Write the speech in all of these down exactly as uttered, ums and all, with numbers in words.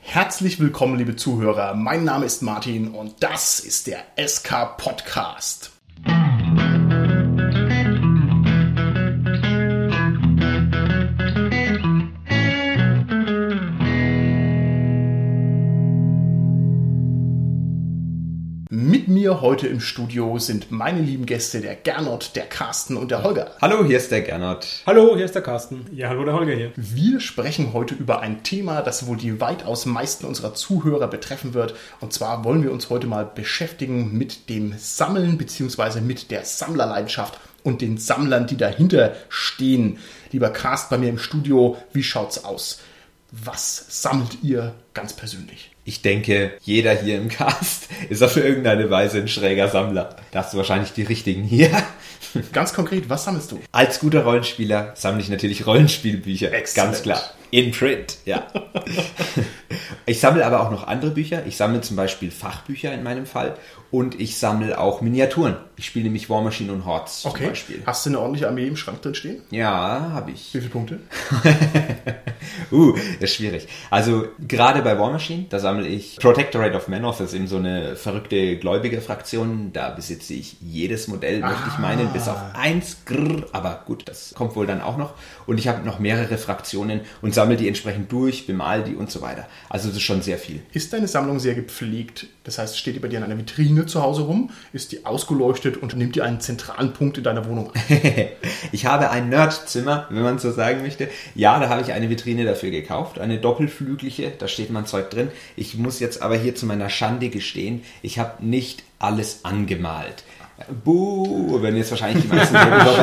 Herzlich willkommen, liebe Zuhörer. Mein Name ist Martin und das ist der S K Podcast. Mit mir heute im Studio sind meine lieben Gäste, der Gernot, der Carsten und der Holger. Hallo, hier ist der Gernot. Hallo, hier ist der Carsten. Ja, hallo, der Holger hier. Wir sprechen heute über ein Thema, das wohl die weitaus meisten unserer Zuhörer betreffen wird. Und zwar wollen wir uns heute mal beschäftigen mit dem Sammeln bzw. mit der Sammlerleidenschaft und den Sammlern, die dahinter stehen. Lieber Carsten, bei mir im Studio, wie schaut's aus? Was sammelt ihr ganz persönlich? Ich denke, jeder hier im Cast ist auf irgendeine Weise ein schräger Sammler. Da hast du wahrscheinlich die richtigen hier. Ganz konkret, was sammelst du? Als guter Rollenspieler sammle ich natürlich Rollenspielbücher. Excellent. Ganz klar. In Print, ja. Ich sammle aber auch noch andere Bücher. Ich sammle zum Beispiel Fachbücher in meinem Fall. Und ich sammle auch Miniaturen. Ich spiele nämlich War Machine und Hordes okay. zum Beispiel. Hast du eine ordentliche Armee im Schrank drin stehen? Ja, habe ich. Wie viele Punkte? uh, das ist schwierig. Also gerade bei War Machine, da sammle ich Protectorate of Manoth. Das ist eben so eine verrückte gläubige Fraktion. Da besitze ich jedes Modell, ah. möchte ich meinen, bis auf eins. Grrr, aber gut, das kommt wohl dann auch noch. Und ich habe noch mehrere Fraktionen und sammle die entsprechend durch, bemal die und so weiter. Also das ist schon sehr viel. Ist deine Sammlung sehr gepflegt? Das heißt, steht die bei dir in einer Vitrine zu Hause rum? Ist die ausgeleuchtet und nimmt die einen zentralen Punkt in deiner Wohnung ein? Ich habe ein Nerdzimmer, wenn man so sagen möchte. Ja, da habe ich eine Vitrine dafür gekauft, eine doppelflügliche, da steht mein Zeug drin. Ich muss jetzt aber hier zu meiner Schande gestehen, ich habe nicht alles angemalt. Buh, wenn jetzt wahrscheinlich die meisten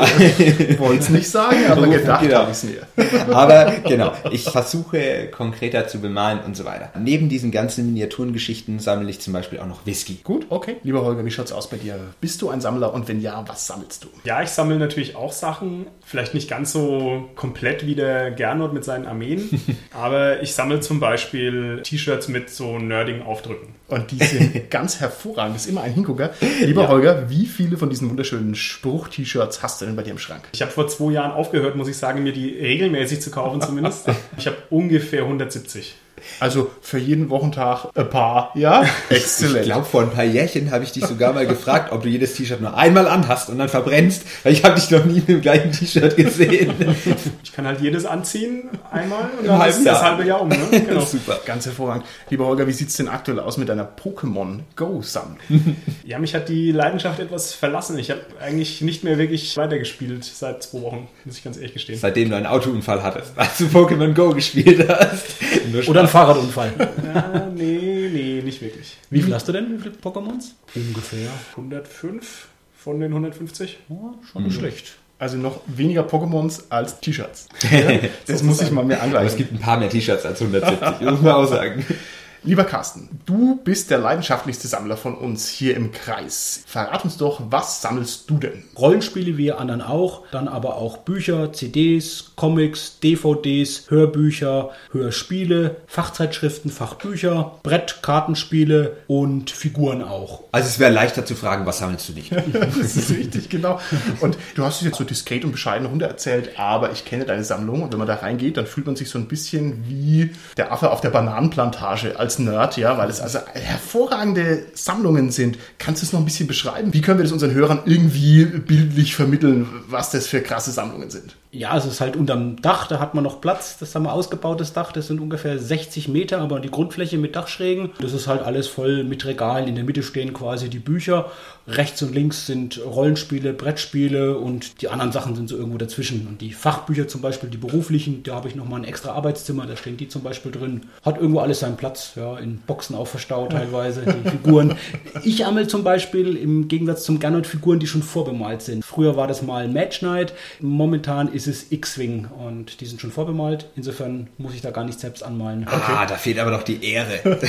Ich wollte es nicht sagen, aber gedacht genau. habe ich es mir. Aber genau, ich versuche konkreter zu bemalen und so weiter. Neben diesen ganzen Miniaturengeschichten sammle ich zum Beispiel auch noch Whisky. Gut, okay. Lieber Holger, wie schaut's aus bei dir? Bist du ein Sammler und wenn ja, was sammelst du? Ja, ich sammle natürlich auch Sachen. Vielleicht nicht ganz so komplett wie der Gernot mit seinen Armeen. Aber ich sammle zum Beispiel T-Shirts mit so nerdigen Aufdrücken. Und die sind ganz hervorragend. Das ist immer ein Hingucker. Lieber ja. Holger, wie viele von diesen wunderschönen Spruch-T-Shirts hast du denn bei dir im Schrank? Ich habe vor zwei Jahren aufgehört, muss ich sagen, mir die regelmäßig zu kaufen zumindest. Ich habe ungefähr hundertsiebzig. Also für jeden Wochentag ein paar, ja? Exzellent. Ich glaube, vor ein paar Jährchen habe ich dich sogar mal gefragt, ob du jedes T-Shirt nur einmal anhast und dann verbrennst, weil ich habe dich noch nie mit dem gleichen T-Shirt gesehen. Ich kann halt jedes anziehen, einmal und dann ist das halbe Jahr um. Ne? Genau. Super, ganz hervorragend. Lieber Holger, wie sieht es denn aktuell aus mit deiner Pokémon Go-Sammlung? Ja, mich hat die Leidenschaft etwas verlassen. Ich habe eigentlich nicht mehr wirklich weitergespielt seit zwei Wochen, muss ich ganz ehrlich gestehen. Seitdem du einen Autounfall hattest, als du Pokémon Go gespielt hast. Oder ein Fahrradunfall. Ja, nee, nee, nicht wirklich. Wie viel hast du denn? Wie viele Pokémons? Ungefähr hundertfünf von den hundertfünfzig. Oh, schon nicht mhm. schlecht. Also noch weniger Pokémons als T-Shirts. Ja, das muss ich mal mir angleichen. Aber es gibt ein paar mehr T-Shirts als hundertsiebzig, muss man auch sagen. Lieber Carsten, du bist der leidenschaftlichste Sammler von uns hier im Kreis. Verrat uns doch, was sammelst du denn? Rollenspiele wie ihr anderen auch, dann aber auch Bücher, C Ds, Comics, D V Ds, Hörbücher, Hörspiele, Fachzeitschriften, Fachbücher, Brett, Kartenspiele und Figuren auch. Also es wäre leichter zu fragen, was sammelst du nicht? Das ist richtig, genau. Und du hast es jetzt so diskret und bescheiden runter erzählt, aber ich kenne deine Sammlung und wenn man da reingeht, dann fühlt man sich so ein bisschen wie der Affe auf der Bananenplantage als Nerd, ja, weil es also hervorragende Sammlungen sind. Kannst du es noch ein bisschen beschreiben? Wie können wir das unseren Hörern irgendwie bildlich vermitteln, was das für krasse Sammlungen sind? Ja, es ist halt unterm Dach, da hat man noch Platz. Das haben wir ausgebautes Dach, das sind ungefähr sechzig Meter, aber die Grundfläche mit Dachschrägen. Das ist halt alles voll mit Regalen. In der Mitte stehen quasi die Bücher. Rechts und links sind Rollenspiele, Brettspiele und die anderen Sachen sind so irgendwo dazwischen. Und die Fachbücher zum Beispiel, die beruflichen, da habe ich nochmal ein extra Arbeitszimmer, da stehen die zum Beispiel drin. Hat irgendwo alles seinen Platz, ja, in Boxen auch verstaut teilweise, die Figuren. Ich sammle zum Beispiel im Gegensatz zum Gernot Figuren, die schon vorbemalt sind. Früher war das mal Mage Knight, momentan ist es X-Wing und die sind schon vorbemalt. Insofern muss ich da gar nicht selbst anmalen. Okay. Ah, da fehlt aber noch die Ehre.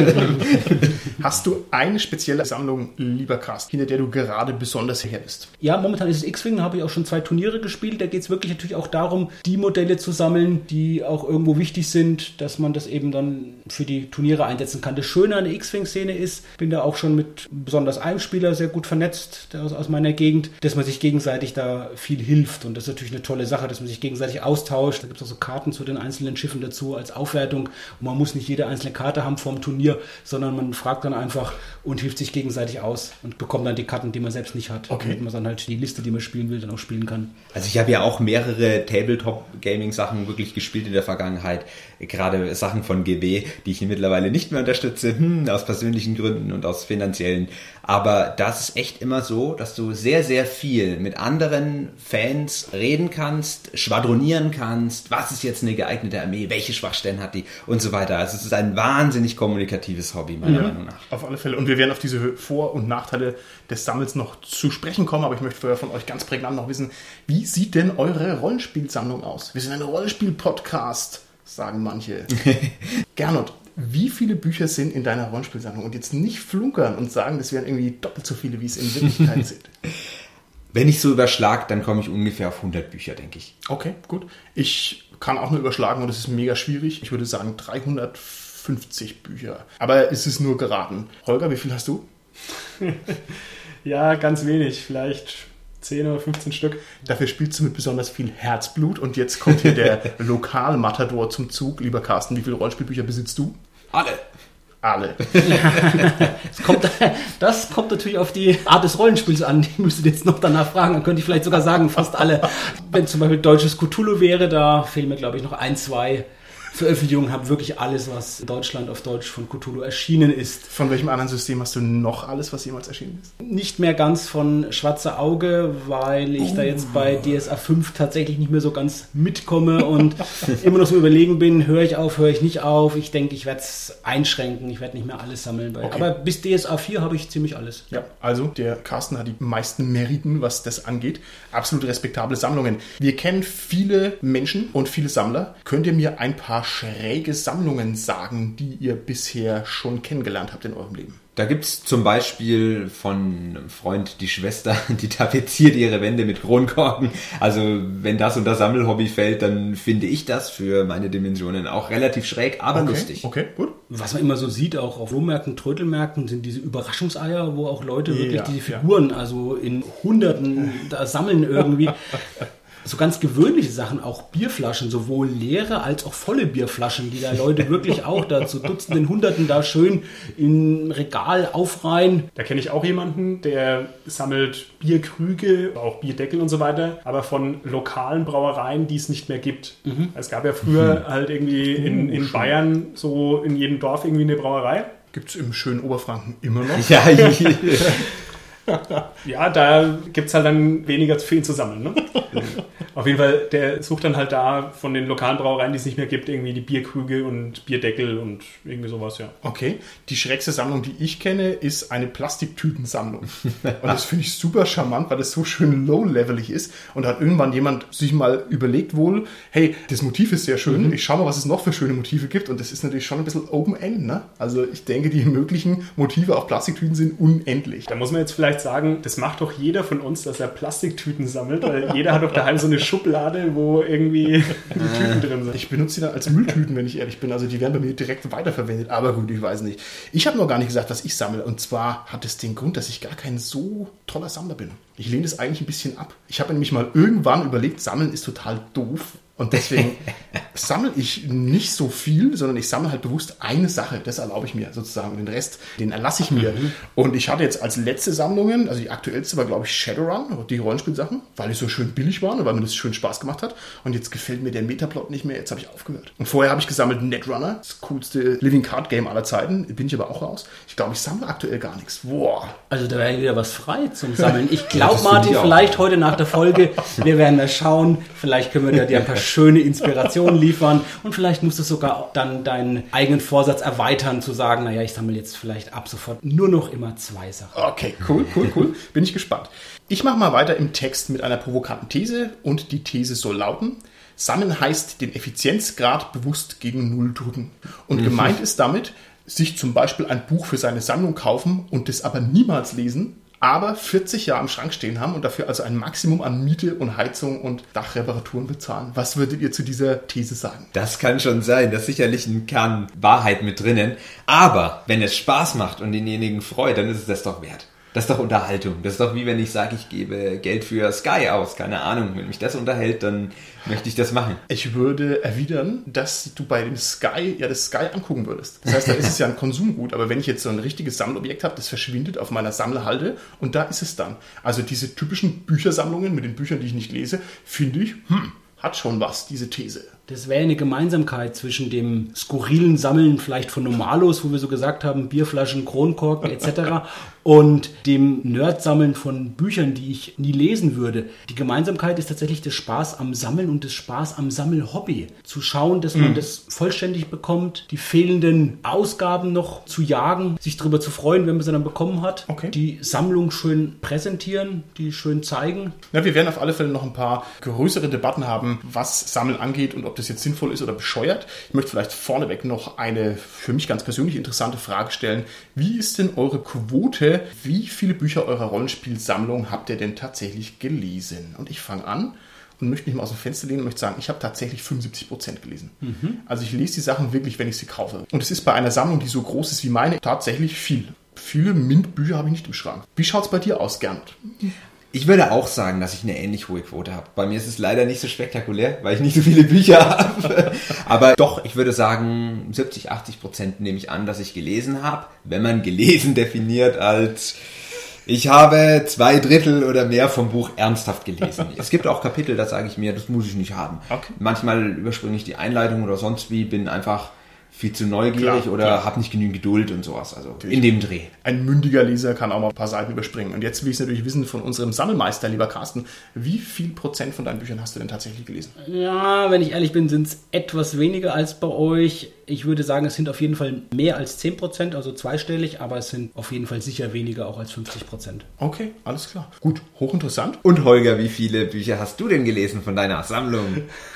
Hast du eine spezielle Sammlung, lieber Carsten, hinter der du gerade besonders her bist? Ja, momentan ist es X-Wing, da habe ich auch schon zwei Turniere gespielt. Da geht es wirklich natürlich auch darum, die Modelle zu sammeln, die auch irgendwo wichtig sind, dass man das eben dann für die Turniere einsetzen kann. Das Schöne an der X-Wing-Szene ist, bin da auch schon mit besonders einem Spieler sehr gut vernetzt, der aus, aus meiner Gegend, dass man sich gegenseitig da viel hilft und das ist natürlich eine tolle tolle Sache, dass man sich gegenseitig austauscht. Da gibt es auch so Karten zu den einzelnen Schiffen dazu als Aufwertung. Und man muss nicht jede einzelne Karte haben vorm Turnier, sondern man fragt dann einfach und hilft sich gegenseitig aus und bekommt dann die Karten, die man selbst nicht hat. Okay. Damit man dann halt die Liste, die man spielen will, dann auch spielen kann. Also ich habe ja auch mehrere Tabletop-Gaming-Sachen wirklich gespielt in der Vergangenheit. Gerade Sachen von G W, die ich mittlerweile nicht mehr unterstütze, hm, aus persönlichen Gründen und aus finanziellen. Aber das ist echt immer so, dass du sehr, sehr viel mit anderen Fans reden kannst, schwadronieren kannst, was ist jetzt eine geeignete Armee, welche Schwachstellen hat die und so weiter. Also es ist ein wahnsinnig kommunikatives Hobby, meiner Ja, Meinung nach. auf alle Fälle. Und wir werden auf diese Vor- und Nachteile des Sammels noch zu sprechen kommen, aber ich möchte vorher von euch ganz prägnant noch wissen, wie sieht denn eure Rollenspielsammlung aus? Wir sind ein Rollenspiel-Podcast, sagen manche. Gernot, wie viele Bücher sind in deiner Rollenspielsammlung? Und jetzt nicht flunkern und sagen, das wären irgendwie doppelt so viele, wie es in Wirklichkeit sind. Wenn ich so überschlag, dann komme ich ungefähr auf hundert Bücher, denke ich. Okay, gut. Ich kann auch nur überschlagen und das ist mega schwierig. Ich würde sagen dreihundertfünfzig Bücher. Aber es ist nur geraten. Holger, wie viel hast du? Ja, ganz wenig. Vielleicht zehn oder fünfzehn Stück. Dafür spielst du mit besonders viel Herzblut. Und jetzt kommt hier der Lokal-Matador zum Zug. Lieber Carsten, wie viele Rollenspielbücher besitzt du? Alle. Alle. Das kommt, das kommt natürlich auf die Art des Rollenspiels an. Die müsstet ihr jetzt noch danach fragen. Dann könnte ich vielleicht sogar sagen, fast alle. Wenn zum Beispiel deutsches Cthulhu wäre, da fehlen mir, glaube ich, noch ein, zwei Veröffentlichungen. Habe wirklich alles, was in Deutschland auf Deutsch von Cthulhu erschienen ist. Von welchem anderen System hast du noch alles, was jemals erschienen ist? Nicht mehr ganz von Schwarze Auge, weil ich Oh. da jetzt bei D S A fünf tatsächlich nicht mehr so ganz mitkomme und immer noch so überlegen bin, höre ich auf, höre ich nicht auf. Ich denke, ich werde es einschränken. Ich werde nicht mehr alles sammeln. Bei, Okay. Aber bis D S A vier habe ich ziemlich alles. Ja, also der Carsten hat die meisten Meriten, was das angeht. Absolut respektable Sammlungen. Wir kennen viele Menschen und viele Sammler. Könnt ihr mir ein paar schräge Sammlungen sagen, die ihr bisher schon kennengelernt habt in eurem Leben? Da gibt's zum Beispiel von einem Freund die Schwester, die tapeziert ihre Wände mit Kronkorken. Also wenn das unter Sammelhobby fällt, dann finde ich das für meine Dimensionen auch relativ schräg, aber Okay, lustig. okay, gut. Was man immer so sieht, auch auf Flohmärkten, Trödelmärkten, sind diese Überraschungseier, wo auch Leute wirklich Ja, diese ja. Figuren, also in Hunderten da sammeln irgendwie. So ganz gewöhnliche Sachen, auch Bierflaschen, sowohl leere als auch volle Bierflaschen, die da Leute wirklich auch da zu Dutzenden, Hunderten da schön im Regal aufreihen. Da kenne ich auch jemanden, der sammelt Bierkrüge, auch Bierdeckel und so weiter, aber von lokalen Brauereien, die es nicht mehr gibt. Es gab ja früher halt irgendwie in, in Bayern so in jedem Dorf irgendwie eine Brauerei. Gibt es im schönen Oberfranken immer noch. Ja, Ja, da gibt es halt dann weniger für ihn zu sammeln. Ne? Auf jeden Fall, der sucht dann halt da von den lokalen Brauereien, die es nicht mehr gibt, irgendwie die Bierkrüge und Bierdeckel und irgendwie sowas, ja. Okay, die schrägste Sammlung, die ich kenne, ist eine Plastiktütensammlung. Und das finde ich super charmant, weil das so schön low-levelig ist. Und da hat irgendwann jemand sich mal überlegt wohl, hey, das Motiv ist sehr schön, Mhm. ich schau mal, was es noch für schöne Motive gibt. Und das ist natürlich schon ein bisschen Open-End, ne? Also ich denke, die möglichen Motive auf Plastiktüten sind unendlich. Da muss man jetzt vielleicht sagen, das macht doch jeder von uns, dass er Plastiktüten sammelt, weil jeder hat doch daheim so eine Schublade, wo irgendwie die Tüten drin sind. Ich benutze die dann als Mülltüten, wenn ich ehrlich bin. Also die werden bei mir direkt weiterverwendet. Aber gut, ich weiß nicht. Ich habe noch gar nicht gesagt, was ich sammle. Und zwar hat es den Grund, dass ich gar kein so toller Sammler bin. Ich lehne das eigentlich ein bisschen ab. Ich habe nämlich mal irgendwann überlegt, Sammeln ist total doof. Und deswegen sammle ich nicht so viel, sondern ich sammle halt bewusst eine Sache. Das erlaube ich mir sozusagen. Und den Rest, den erlasse ich mir. Mhm. Und ich hatte jetzt als letzte Sammlungen, also die aktuellste war, glaube ich, Shadowrun, die Rollenspielsachen, weil die so schön billig waren und weil mir das schön Spaß gemacht hat. Und jetzt gefällt mir der Metaplot nicht mehr. Jetzt habe ich aufgehört. Und vorher habe ich gesammelt Netrunner, das coolste Living Card Game aller Zeiten. Bin ich aber auch raus. Ich glaube, ich sammle aktuell gar nichts. Boah. Also da wäre wieder was frei zum Sammeln. Ich glaube, das Martin, finde ich auch. vielleicht heute nach der Folge, wir werden da schauen, vielleicht können wir dir ein paar schöne Inspirationen liefern und vielleicht musst du sogar dann deinen eigenen Vorsatz erweitern, zu sagen, naja, ich sammle jetzt vielleicht ab sofort nur noch immer zwei Sachen. Okay, cool, cool, cool. Bin ich gespannt. Ich mache mal weiter im Text mit einer provokanten These und die These soll lauten: Sammeln heißt den Effizienzgrad bewusst gegen Null drücken. Und mhm. gemeint ist damit, sich zum Beispiel ein Buch für seine Sammlung kaufen und das aber niemals lesen, aber vierzig Jahre im Schrank stehen haben und dafür also ein Maximum an Miete und Heizung und Dachreparaturen bezahlen. Was würdet ihr zu dieser These sagen? Das kann schon sein, da ist sicherlich ein Kern Wahrheit mit drinnen. Aber wenn es Spaß macht und denjenigen freut, dann ist es das doch wert. Das ist doch Unterhaltung. Das ist doch wie wenn ich sage, ich gebe Geld für Sky aus. Keine Ahnung. Wenn mich das unterhält, dann möchte ich das machen. Ich würde erwidern, dass du bei dem Sky ja das Sky angucken würdest. Das heißt, da ist es ja ein Konsumgut. Aber wenn ich jetzt so ein richtiges Sammelobjekt habe, das verschwindet auf meiner Sammlerhalde und da ist es dann. Also diese typischen Büchersammlungen mit den Büchern, die ich nicht lese, finde ich, hm, hat schon was, diese These. Das wäre eine Gemeinsamkeit zwischen dem skurrilen Sammeln vielleicht von Normalos, wo wir so gesagt haben, Bierflaschen, Kronkorken et cetera und dem Nerd-Sammeln von Büchern, die ich nie lesen würde. Die Gemeinsamkeit ist tatsächlich das Spaß am Sammeln und das Spaß am Sammelhobby. Zu schauen, dass man mhm. das vollständig bekommt, die fehlenden Ausgaben noch zu jagen, sich darüber zu freuen, wenn man sie dann bekommen hat, okay. Die Sammlung schön präsentieren, die schön zeigen. Ja, wir werden auf alle Fälle noch ein paar größere Debatten haben, was Sammeln angeht und ob das jetzt sinnvoll ist oder bescheuert. Ich möchte vielleicht vorneweg noch eine für mich ganz persönlich interessante Frage stellen. Wie ist denn eure Quote? Wie viele Bücher eurer Rollenspielsammlung habt ihr denn tatsächlich gelesen? Und ich fange an und möchte mich mal aus dem Fenster lehnen und möchte sagen, ich habe tatsächlich fünfundsiebzig Prozent gelesen. Mhm. Also ich lese die Sachen wirklich, wenn ich sie kaufe. Und es ist bei einer Sammlung, die so groß ist wie meine, tatsächlich viel. Viele MINT-Bücher habe ich nicht im Schrank. Wie schaut es bei dir aus, Gernot? Ich würde auch sagen, dass ich eine ähnlich hohe Quote habe. Bei mir ist es leider nicht so spektakulär, weil ich nicht so viele Bücher habe. Aber doch, ich würde sagen, siebzig, achtzig Prozent nehme ich an, dass ich gelesen habe. Wenn man gelesen definiert als, ich habe zwei Drittel oder mehr vom Buch ernsthaft gelesen. Es gibt auch Kapitel, da sage ich mir, das muss ich nicht haben. Okay. Manchmal überspringe ich die Einleitung oder sonst wie, bin einfach viel zu neugierig klar, oder habe nicht genügend Geduld und sowas. Also natürlich. In dem Dreh. Ein mündiger Leser kann auch mal ein paar Seiten überspringen. Und jetzt will ich es natürlich wissen von unserem Sammelmeister, lieber Carsten. Wie viel Prozent von deinen Büchern hast du denn tatsächlich gelesen? Ja, wenn ich ehrlich bin, sind es etwas weniger als bei euch. Ich würde sagen, es sind auf jeden Fall mehr als zehn Prozent, also zweistellig, aber es sind auf jeden Fall sicher weniger auch als fünfzig Prozent. Okay, alles klar. Gut, hochinteressant. Und Holger, wie viele Bücher hast du denn gelesen von deiner Sammlung?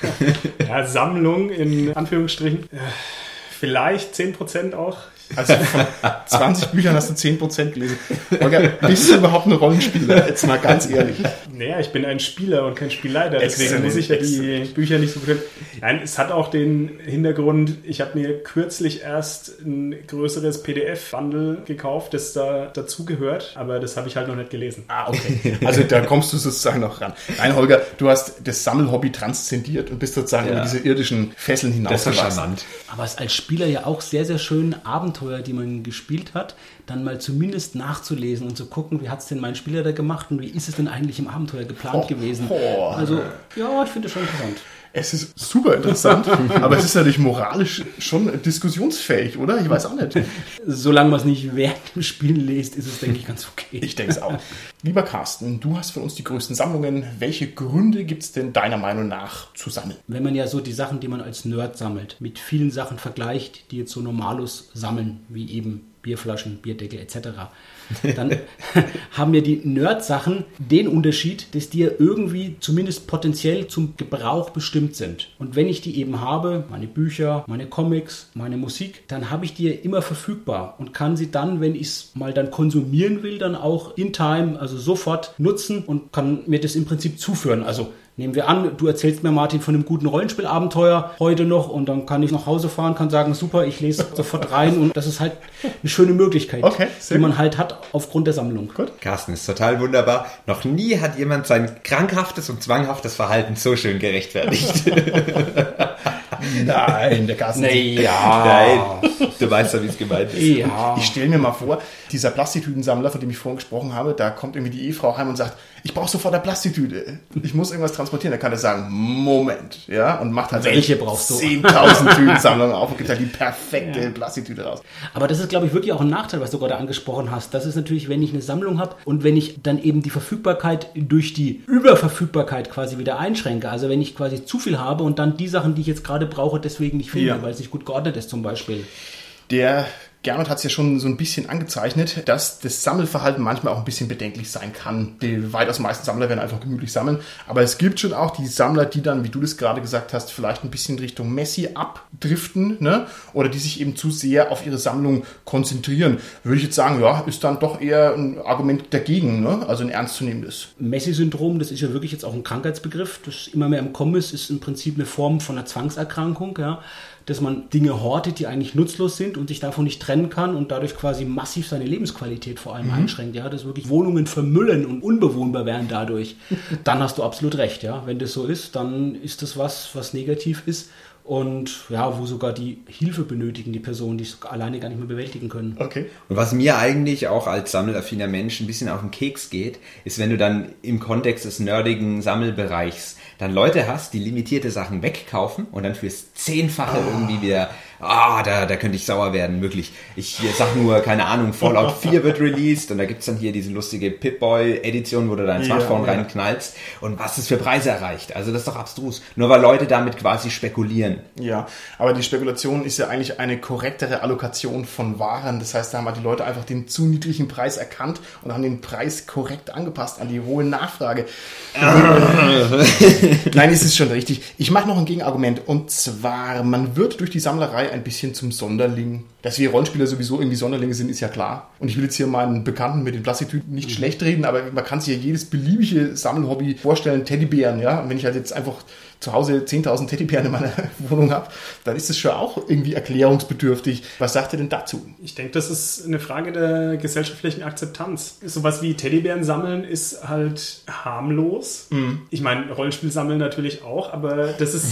Ja, Sammlung in Anführungsstrichen. Vielleicht zehn Prozent auch. Also von zwanzig Büchern hast du zehn Prozent gelesen. Holger, bist du überhaupt ein Rollenspieler? Jetzt mal ganz ehrlich. Naja, ich bin ein Spieler und kein Spielleiter, deswegen Exzellent, muss ich ja exzellent. die Bücher nicht so gut. Nein, es hat auch den Hintergrund, ich habe mir kürzlich erst ein größeres P D F-Bundle gekauft, das da dazugehört, aber das habe ich halt noch nicht gelesen. Ah, okay. Also da kommst du sozusagen noch ran. Nein, Holger, du hast das Sammelhobby transzendiert und bist sozusagen Ja. über diese irdischen Fesseln Das ist hinausgewachsen. charmant. Aber es ist als Spieler ja auch sehr, sehr schön, Abenteuer, die man gespielt hat, dann mal zumindest nachzulesen und zu gucken, wie hat es denn mein Spieler da gemacht und wie ist es denn eigentlich im Abenteuer geplant Oh, gewesen. oh. Also, ja, ich finde es schon interessant. Es ist super interessant, aber es ist natürlich moralisch schon diskussionsfähig, oder? Ich weiß auch nicht. Solange man es nicht während dem Spiel liest, ist es, denke ich, ganz okay. Ich denke es auch. Lieber Carsten, du hast von uns die größten Sammlungen. Welche Gründe gibt es denn deiner Meinung nach zu sammeln? Wenn man ja so die Sachen, die man als Nerd sammelt, mit vielen Sachen vergleicht, die jetzt so Normalos sammeln, wie eben Bierflaschen, Bierdeckel et cetera, dann haben ja die Nerd-Sachen den Unterschied, dass die ja irgendwie zumindest potenziell zum Gebrauch bestimmt sind. Und wenn ich die eben habe, meine Bücher, meine Comics, meine Musik, dann habe ich die ja immer verfügbar und kann sie dann, wenn ich es mal dann konsumieren will, dann auch in time, also sofort nutzen und kann mir das im Prinzip zuführen. Also nehmen wir an, du erzählst mir, Martin, von einem guten Rollenspielabenteuer heute noch und dann kann ich nach Hause fahren, kann sagen, super, ich lese sofort rein und das ist halt eine schöne Möglichkeit, Okay, sehr die man halt hat aufgrund der Sammlung. Gut. Carsten, ist total wunderbar. Noch nie hat jemand sein krankhaftes und zwanghaftes Verhalten so schön gerechtfertigt. Nein, der Carsten. Naja. Nein, du weißt ja, wie es gemeint ist. Ja. Ich stelle mir mal vor, dieser Plastiktütensammler, von dem ich vorhin gesprochen habe, da kommt irgendwie die Ehefrau heim und sagt, ich brauche sofort eine Plastiktüte. Ich muss irgendwas transportieren. Da kann er sagen, Moment, ja, und macht halt Welche brauchst du? zehntausend Tütensammlungen auf und gibt halt die perfekte ja. Plastiktüte raus. Aber das ist, glaube ich, wirklich auch ein Nachteil, was du gerade angesprochen hast. Das ist natürlich, wenn ich eine Sammlung habe und wenn ich dann eben die Verfügbarkeit durch die Überverfügbarkeit quasi wieder einschränke. Also wenn ich quasi zu viel habe und dann die Sachen, die ich jetzt gerade brauche, deswegen nicht finde, Ja. weil es nicht gut geordnet ist zum Beispiel. Der Gernot hat es ja schon so ein bisschen angezeichnet, dass das Sammelverhalten manchmal auch ein bisschen bedenklich sein kann. Die weitaus meisten Sammler werden einfach gemütlich sammeln. Aber es gibt schon auch die Sammler, die dann, wie du das gerade gesagt hast, vielleicht ein bisschen Richtung Messi abdriften, ne? Oder die sich eben zu sehr auf ihre Sammlung konzentrieren. Würde ich jetzt sagen, ja, ist dann doch eher ein Argument dagegen, ne? Also ein ernstzunehmendes. Messi-Syndrom, das ist ja wirklich jetzt auch ein Krankheitsbegriff, das immer mehr im Kommen ist, ist im Prinzip eine Form von einer Zwangserkrankung, ja. dass man Dinge hortet, die eigentlich nutzlos sind und sich davon nicht trennen kann und dadurch quasi massiv seine Lebensqualität vor allem mhm. einschränkt. Ja, dass wirklich Wohnungen vermüllen und unbewohnbar werden dadurch. Dann hast du absolut recht. Ja, wenn das so ist, dann ist das was, was negativ ist. Und ja, wo sogar die Hilfe benötigen, die Personen, die es alleine gar nicht mehr bewältigen können. Okay. Und was mir eigentlich auch als sammelaffiner Mensch ein bisschen auf den Keks geht, ist, wenn du dann im Kontext des nerdigen Sammelbereichs dann Leute hast, die limitierte Sachen wegkaufen und dann fürs Zehnfache oh. irgendwie wieder, ah, da, da könnte ich sauer werden, wirklich. Ich sag nur, keine Ahnung, Fallout vier wird released und da gibt's dann hier diese lustige Pip-Boy-Edition, wo du dein Smartphone ja, reinknallst und was es für Preise erreicht. Also das ist doch abstrus. Nur weil Leute damit quasi spekulieren. Ja, aber die Spekulation ist ja eigentlich eine korrektere Allokation von Waren. Das heißt, da haben halt die Leute einfach den zu niedrigen Preis erkannt und haben den Preis korrekt angepasst an die hohe Nachfrage. Nein, es ist schon richtig. Ich mache noch ein Gegenargument und zwar, man wird durch die Sammlerei ein bisschen zum Sonderling. Dass wir Rollenspieler sowieso irgendwie Sonderlinge sind, ist ja klar. Und ich will jetzt hier meinen Bekannten mit den Plastiktüten nicht mhm. schlecht reden, aber man kann sich ja jedes beliebige Sammelhobby vorstellen, Teddybären, ja. Und wenn ich halt jetzt einfach zu Hause zehntausend Teddybären in meiner Wohnung habe, dann ist es schon auch irgendwie erklärungsbedürftig. Was sagt ihr denn dazu? Ich denke, das ist eine Frage der gesellschaftlichen Akzeptanz. Sowas wie Teddybären sammeln ist halt harmlos. Mhm. Ich meine, Rollenspiel sammeln natürlich auch, aber das ist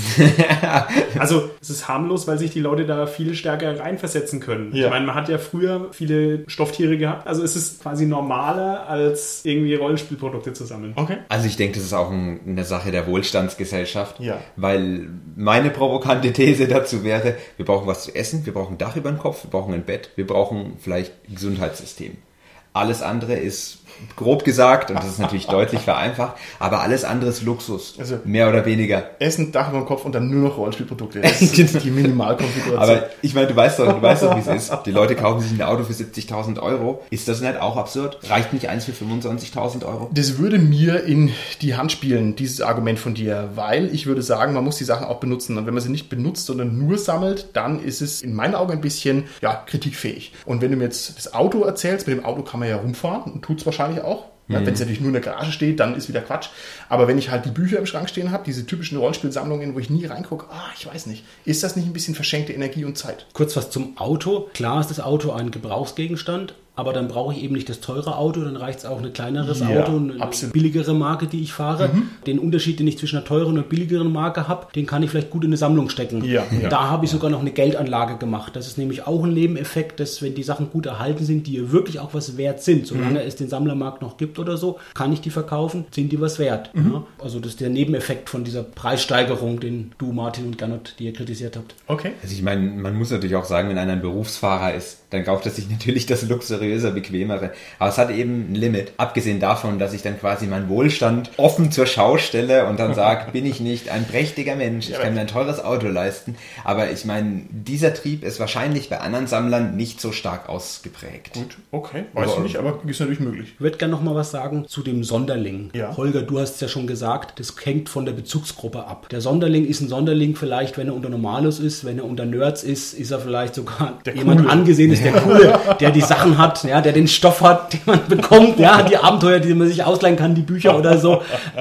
also es ist harmlos, weil sich die Leute da viel stärker reinversetzen können. Ja. Ich meine, man hat ja früher viele Stofftiere gehabt, also es ist quasi normaler, als irgendwie Rollenspielprodukte zu sammeln. Okay. Also ich denke, das ist auch ein, eine Sache der Wohlstandsgesellschaft. Ja. Weil meine provokante These dazu wäre, wir brauchen was zu essen, wir brauchen ein Dach über dem Kopf, wir brauchen ein Bett, wir brauchen vielleicht ein Gesundheitssystem. Alles andere ist grob gesagt, und das ist natürlich deutlich vereinfacht, aber alles andere ist Luxus, also mehr oder weniger. Essen, Dach über dem Kopf und dann nur noch Rollenspielprodukte. Das ist die Minimalkonfiguration. Aber ich meine, du weißt doch, du weißt doch, wie es ist. Die Leute kaufen sich ein Auto für siebzigtausend Euro. Ist das nicht auch absurd? Reicht nicht eins für fünfundzwanzigtausend Euro? Das würde mir in die Hand spielen, dieses Argument von dir, weil ich würde sagen, man muss die Sachen auch benutzen. Und wenn man sie nicht benutzt, sondern nur sammelt, dann ist es in meinen Augen ein bisschen, ja, kritikfähig. Und wenn du mir jetzt das Auto erzählst, mit dem Auto kann man ja rumfahren und tut es wahrscheinlich auch. Ja, mhm. Wenn es natürlich nur in der Garage steht, dann ist wieder Quatsch. Aber wenn ich halt die Bücher im Schrank stehen habe, diese typischen Rollenspielsammlungen, wo ich nie reingucke, ah, ich weiß nicht, ist das nicht ein bisschen verschenkte Energie und Zeit? Kurz was zum Auto. Klar ist das Auto ein Gebrauchsgegenstand, aber dann brauche ich eben nicht das teure Auto, dann reicht es auch ein kleineres ja, Auto, eine absolut. billigere Marke, die ich fahre. Mhm. Den Unterschied, den ich zwischen einer teuren und billigeren Marke habe, den kann ich vielleicht gut in eine Sammlung stecken. Ja, ja, da habe ich ja. sogar noch eine Geldanlage gemacht. Das ist nämlich auch ein Nebeneffekt, dass wenn die Sachen gut erhalten sind, die wirklich auch was wert sind, solange mhm. es den Sammlermarkt noch gibt oder so, kann ich die verkaufen, sind die was wert. Mhm. Ja? Also das ist der Nebeneffekt von dieser Preissteigerung, den du, Martin und Gernot, die ihr kritisiert habt. Okay. Also ich meine, man muss natürlich auch sagen, wenn einer ein Berufsfahrer ist, dann kauft er sich natürlich das luxuriöser, bequemere. Aber es hat eben ein Limit. Abgesehen davon, dass ich dann quasi meinen Wohlstand offen zur Schau stelle und dann sage, bin ich nicht ein prächtiger Mensch, ich kann mir ein teures Auto leisten. Aber ich meine, dieser Trieb ist wahrscheinlich bei anderen Sammlern nicht so stark ausgeprägt. Gut, okay. Weiß ich nicht, aber ist natürlich möglich. Ich würde gerne noch mal was sagen zu dem Sonderling. Ja. Holger, du hast es ja schon gesagt, das hängt von der Bezugsgruppe ab. Der Sonderling ist ein Sonderling vielleicht, wenn er unter Normalos ist, wenn er unter Nerds ist, ist er vielleicht sogar der jemand Coole. Angesehenes, der Coole, der die Sachen hat, ja, der den Stoff hat, den man bekommt, ja, die Abenteuer, die man sich ausleihen kann, die Bücher oder so.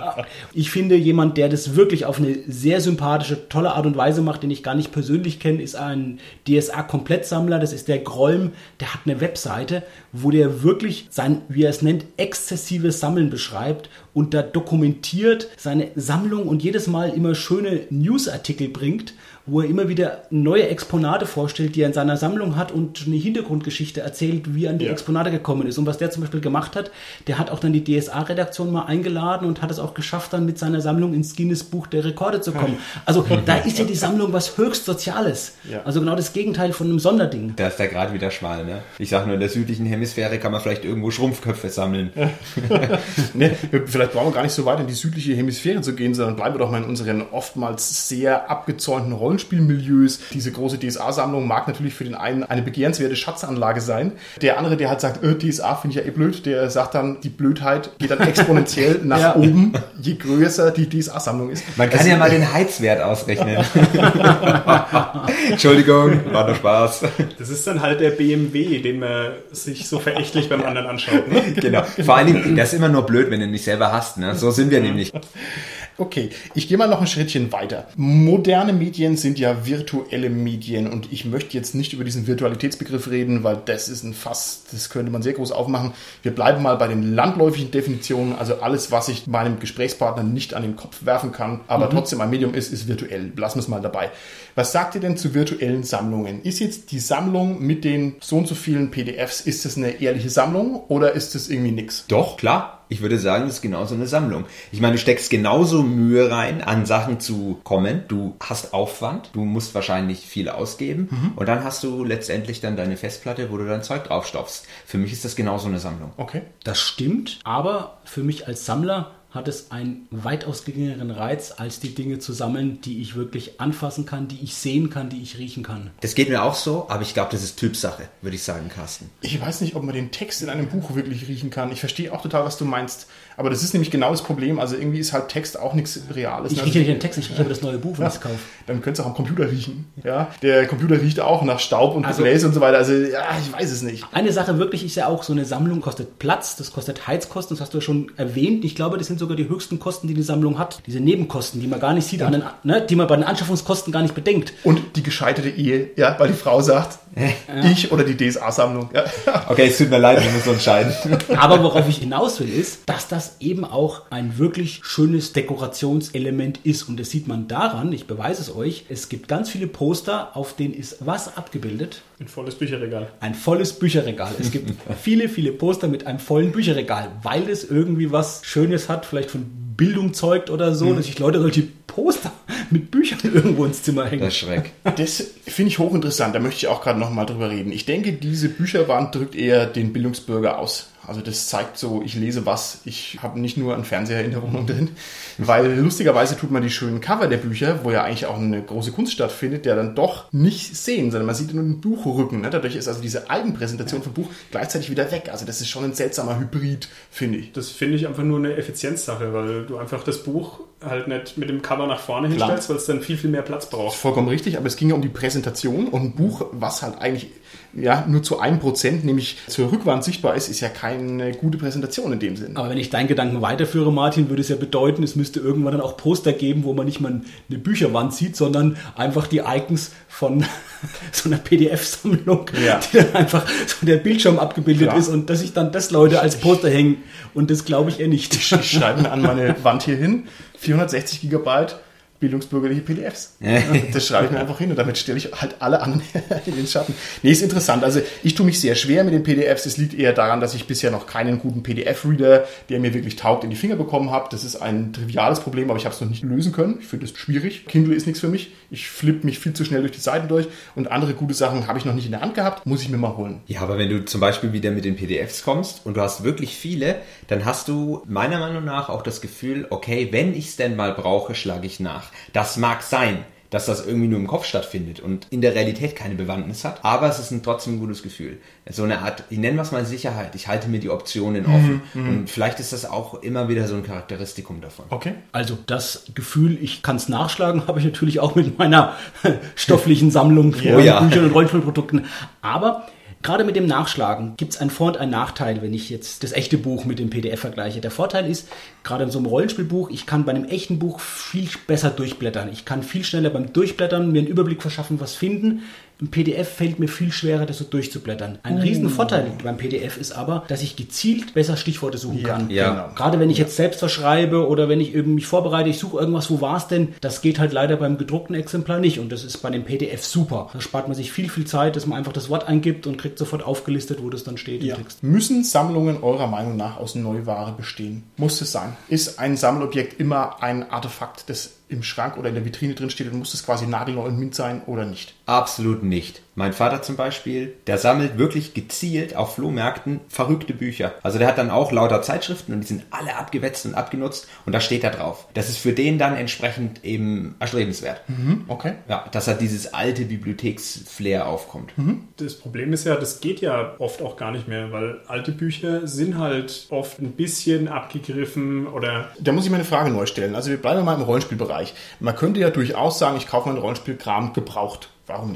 Ich finde, jemand, der das wirklich auf eine sehr sympathische, tolle Art und Weise macht, den ich gar nicht persönlich kenne, ist ein D S A-Komplettsammler, das ist der Grolm, der hat eine Webseite, wo der wirklich sein, wie er es nennt, exzessives Sammeln beschreibt und da dokumentiert seine Sammlung und jedes Mal immer schöne Newsartikel bringt, wo er immer wieder neue Exponate vorstellt, die er in seiner Sammlung hat und eine Hintergrundgeschichte erzählt, wie er an die ja. Exponate gekommen ist. Und was der zum Beispiel gemacht hat, der hat auch dann die D S A-Redaktion mal eingeladen und hat es auch geschafft, dann mit seiner Sammlung ins Guinness-Buch der Rekorde zu kommen. Also da ist ja die Sammlung was höchst Soziales. Ja. Also genau das Gegenteil von einem Sonderding. Da ist der Grad wieder schmal, ne? Ich sag nur, in der südlichen Hemisphäre kann man vielleicht irgendwo Schrumpfköpfe sammeln. ne, vielleicht brauchen wir gar nicht so weit in die südliche Hemisphäre zu gehen, sondern bleiben wir doch mal in unseren oftmals sehr abgezäunten Rollen Spielmilieus. Diese große D S A-Sammlung mag natürlich für den einen eine begehrenswerte Schatzanlage sein. Der andere, der halt sagt, äh, D S A finde ich ja eh blöd, der sagt dann, die Blödheit geht dann exponentiell nach ja. oben, je größer die D S A-Sammlung ist. Man kann also, ja mal den Heizwert ausrechnen. Entschuldigung, war nur Spaß. Das ist dann halt der B M W, den man sich so verächtlich beim anderen anschaut. Ne? Genau. Vor allen Dingen, das ist immer nur blöd, wenn du ihn nicht selber hast. Ne? So sind wir nämlich. Okay, ich gehe mal noch ein Schrittchen weiter. Moderne Medien sind ja virtuelle Medien und ich möchte jetzt nicht über diesen Virtualitätsbegriff reden, weil das ist ein Fass, das könnte man sehr groß aufmachen. Wir bleiben mal bei den landläufigen Definitionen, also alles, was ich meinem Gesprächspartner nicht an den Kopf werfen kann, aber mhm. trotzdem ein Medium ist, ist virtuell. Lassen wir es mal dabei. Was sagt ihr denn zu virtuellen Sammlungen? Ist jetzt die Sammlung mit den so und so vielen P D Fs, ist das eine ehrliche Sammlung oder ist das irgendwie nix? Doch, klar. Ich würde sagen, das ist genauso eine Sammlung. Ich meine, du steckst genauso Mühe rein, an Sachen zu kommen. Du hast Aufwand, du musst wahrscheinlich viel ausgeben mhm. und dann hast du letztendlich dann deine Festplatte, wo du dein Zeug draufstopfst. Für mich ist das genauso eine Sammlung. Okay. Das stimmt, aber für mich als Sammler hat es einen weitaus geringeren Reiz, als die Dinge zu sammeln, die ich wirklich anfassen kann, die ich sehen kann, die ich riechen kann. Das geht mir auch so, aber ich glaube, das ist Typsache, würde ich sagen, Carsten. Ich weiß nicht, ob man den Text in einem Buch wirklich riechen kann. Ich verstehe auch total, was du meinst. Aber das ist nämlich genau das Problem. Also irgendwie ist halt Text auch nichts Reales. Ich rieche nicht den Text, ich rieche aber das neue Buch, wenn ja, ich es kaufe. Dann könntest du auch am Computer riechen. Ja? Der Computer riecht auch nach Staub und also, Gebläse und so weiter. Also ja, ich weiß es nicht. Eine Sache wirklich ist ja auch, so eine Sammlung kostet Platz, das kostet Heizkosten, das hast du ja schon erwähnt. Ich glaube, das sind sogar die höchsten Kosten, die die Sammlung hat. Diese Nebenkosten, die man gar nicht sieht, an den, ne, die man bei den Anschaffungskosten gar nicht bedenkt. Und die gescheiterte Ehe, ja, weil die Frau sagt, ja. ich oder die D S A-Sammlung. Ja. Okay, es tut mir leid, ich muss so entscheiden. Aber worauf ich hinaus will, ist, dass das eben auch ein wirklich schönes Dekorationselement ist. Und das sieht man daran, ich beweise es euch, es gibt ganz viele Poster, auf denen ist was abgebildet? Ein volles Bücherregal. Ein volles Bücherregal. Es gibt viele, viele Poster mit einem vollen Bücherregal, weil es irgendwie was Schönes hat, vielleicht von Bildung zeugt oder so, mhm. dass sich Leute solche Poster mit Büchern irgendwo ins Zimmer hängen. Das ist Schreck. Das finde ich hochinteressant, da möchte ich auch gerade noch mal drüber reden. Ich denke, diese Bücherwand drückt eher den Bildungsbürger aus. Also das zeigt so, ich lese was, ich habe nicht nur einen Fernseher in der Wohnung drin, weil lustigerweise tut man die schönen Cover der Bücher, wo ja eigentlich auch eine große Kunst stattfindet, der dann doch nicht sehen, sondern man sieht nur den Buchrücken. Ne? Dadurch ist also diese Eigenpräsentation vom Buch gleichzeitig wieder weg. Also das ist schon ein seltsamer Hybrid, finde ich. Das finde ich einfach nur eine Effizienzsache, weil du einfach das Buch halt nicht mit dem Cover nach vorne hinstellst, weil es dann viel, viel mehr Platz braucht. Vollkommen richtig, aber es ging ja um die Präsentation und ein Buch, was halt eigentlich ja nur zu einem Prozent, nämlich zur Rückwand sichtbar ist, ist ja keine gute Präsentation in dem Sinn. Aber wenn ich deinen Gedanken weiterführe, Martin, würde es ja bedeuten, es müsste irgendwann dann auch Poster geben, wo man nicht mal eine Bücherwand sieht, sondern einfach die Icons von so einer P D F-Sammlung, ja. die dann einfach so der Bildschirm abgebildet Klar. ist und dass sich dann das Leute als Poster hängen. Und das glaube ich eher nicht. Ich, ich schreibe mir an meine Wand hier hin, vierhundertsechzig Gigabyte bildungsbürgerliche P D Fs. Das schreibe ich mir einfach hin und damit stelle ich halt alle an in den Schatten. Nee, ist interessant. Also ich tue mich sehr schwer mit den P D Fs. Es liegt eher daran, dass ich bisher noch keinen guten P D F-Reader, der mir wirklich taugt, in die Finger bekommen habe. Das ist ein triviales Problem, aber ich habe es noch nicht lösen können. Ich finde es schwierig. Kindle ist nichts für mich. Ich flippe mich viel zu schnell durch die Seiten durch und andere gute Sachen habe ich noch nicht in der Hand gehabt. Muss ich mir mal holen. Ja, aber wenn du zum Beispiel wieder mit den P D Fs kommst und du hast wirklich viele, dann hast du meiner Meinung nach auch das Gefühl, okay, wenn ich es denn mal brauche, schlage ich nach. Das mag sein, dass das irgendwie nur im Kopf stattfindet und in der Realität keine Bewandtnis hat, aber es ist ein trotzdem ein gutes Gefühl. So eine Art, ich nenne es mal Sicherheit, ich halte mir die Optionen offen mhm, und vielleicht ist das auch immer wieder so ein Charakteristikum davon. Okay. Also das Gefühl, ich kann es nachschlagen, habe ich natürlich auch mit meiner stofflichen Sammlung von oh, ja. Büchern und Rollenspielprodukten, aber gerade mit dem Nachschlagen gibt es einen Vor- und einen Nachteil, wenn ich jetzt das echte Buch mit dem P D F vergleiche. Der Vorteil ist, gerade in so einem Rollenspielbuch, ich kann bei einem echten Buch viel besser durchblättern. Ich kann viel schneller beim Durchblättern mir einen Überblick verschaffen, was finden. Im P D F fällt mir viel schwerer, das so durchzublättern. Ein riesen Vorteil beim P D F ist aber, dass ich gezielt besser Stichworte suchen ja, kann. Ja. Genau. Gerade wenn ich jetzt selbst was schreibe oder wenn ich eben mich vorbereite, ich suche irgendwas, wo war es denn? Das geht halt leider beim gedruckten Exemplar nicht und das ist bei dem P D F super. Da spart man sich viel, viel Zeit, dass man einfach das Wort eingibt und kriegt sofort aufgelistet, wo das dann steht Ja. im Text. Müssen Sammlungen eurer Meinung nach aus Neuware bestehen? Muss es sein? Ist ein Sammelobjekt immer ein Artefakt, das im Schrank oder in der Vitrine drin steht und muss es quasi nagelneu und mint sein oder nicht? Absolut nicht. Mein Vater zum Beispiel, der sammelt wirklich gezielt auf Flohmärkten verrückte Bücher. Also der hat dann auch lauter Zeitschriften und die sind alle abgewetzt und abgenutzt und da steht da drauf. Das ist für den dann entsprechend eben erstrebenswert. Mhm, okay. Ja, dass er dieses alte Bibliotheksflair aufkommt. Mhm. Das Problem ist ja, das geht ja oft auch gar nicht mehr, weil alte Bücher sind halt oft ein bisschen abgegriffen oder... Da muss ich meine Frage neu stellen. Also wir bleiben mal im Rollenspielbereich. Man könnte ja durchaus sagen, ich kaufe meinen Rollenspielkram gebraucht. Warum nicht?